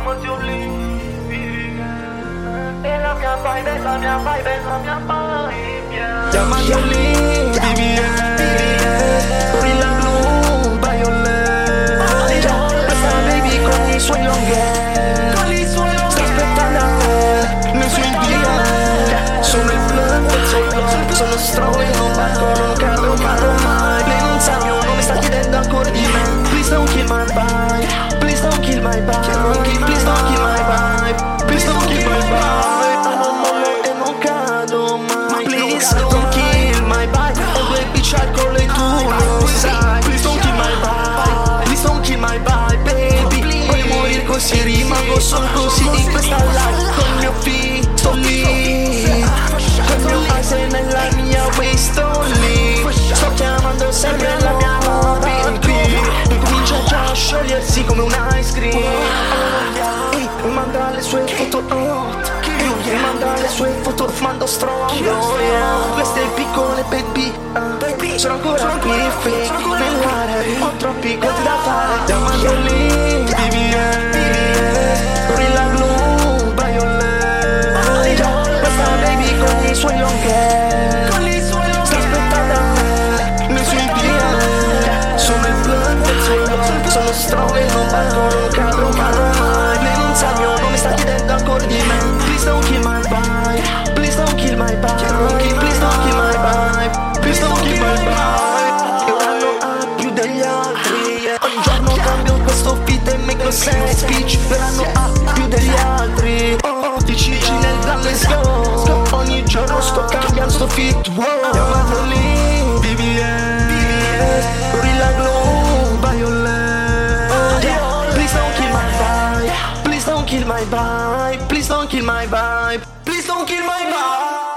chiamati un e la mia vibe è la mia vibe è la mia vibe. Chiamati un Gorilla Glue, Violet. Questa baby con i suoi long hair sta aspettando a me nei suoi DM. Sono il blunt del suo blog, sono strong e non bacco, non cado mai. Lei non sa il mio nome, sta chiedendo ancora di me. Please don't kill my vibe, please don't kill my vibe, please don't kill my vibe, please don't kill my vibe. Non mollo e non cado mai. Please don't kill my vibe. Oh baby c'è alcol e tu lo sai. Please don't kill my vibe, please don't kill my vibe, baby. Voglio morire così, rimango solo così in questa life. Con il mio feet sto lì, con il mio eyes nella mia waist sto lì. Sto chiamando sempre la mia baby. E comincia già a sciogliersi come un ice cream. E mi manda le sue foto hot, mi manda le sue foto fumando strong. Queste piccole baby, sono ancora qui fake nell'area. Ho troppi conti da fare. Chiamando lì, Gorilla Glue, Violet. Questa baby con i suoi long hair sta aspettando a me nei suoi DM. Sono il blunt del suo blog, sono strong e non bacco, non cado mai. Lei non sa il mio nome, sta chiedendo ancora di me. Please don't kill my vibe, please don't kill my vibe, please don't kill my vibe, please don't kill my vibe. E ora non ha più degli altri, ogni giorno cambio questo fit e make no sense bitch. Ora non ha più degli altri, ti cigi nel plan, let's go. Ogni giorno sto cambiando sto fit, wow. Chiamando lì, Gorilla Glue, Violet. Please don't kill my vibe, please don't kill my vibe, please don't kill my vibe, please don't kill my vibe.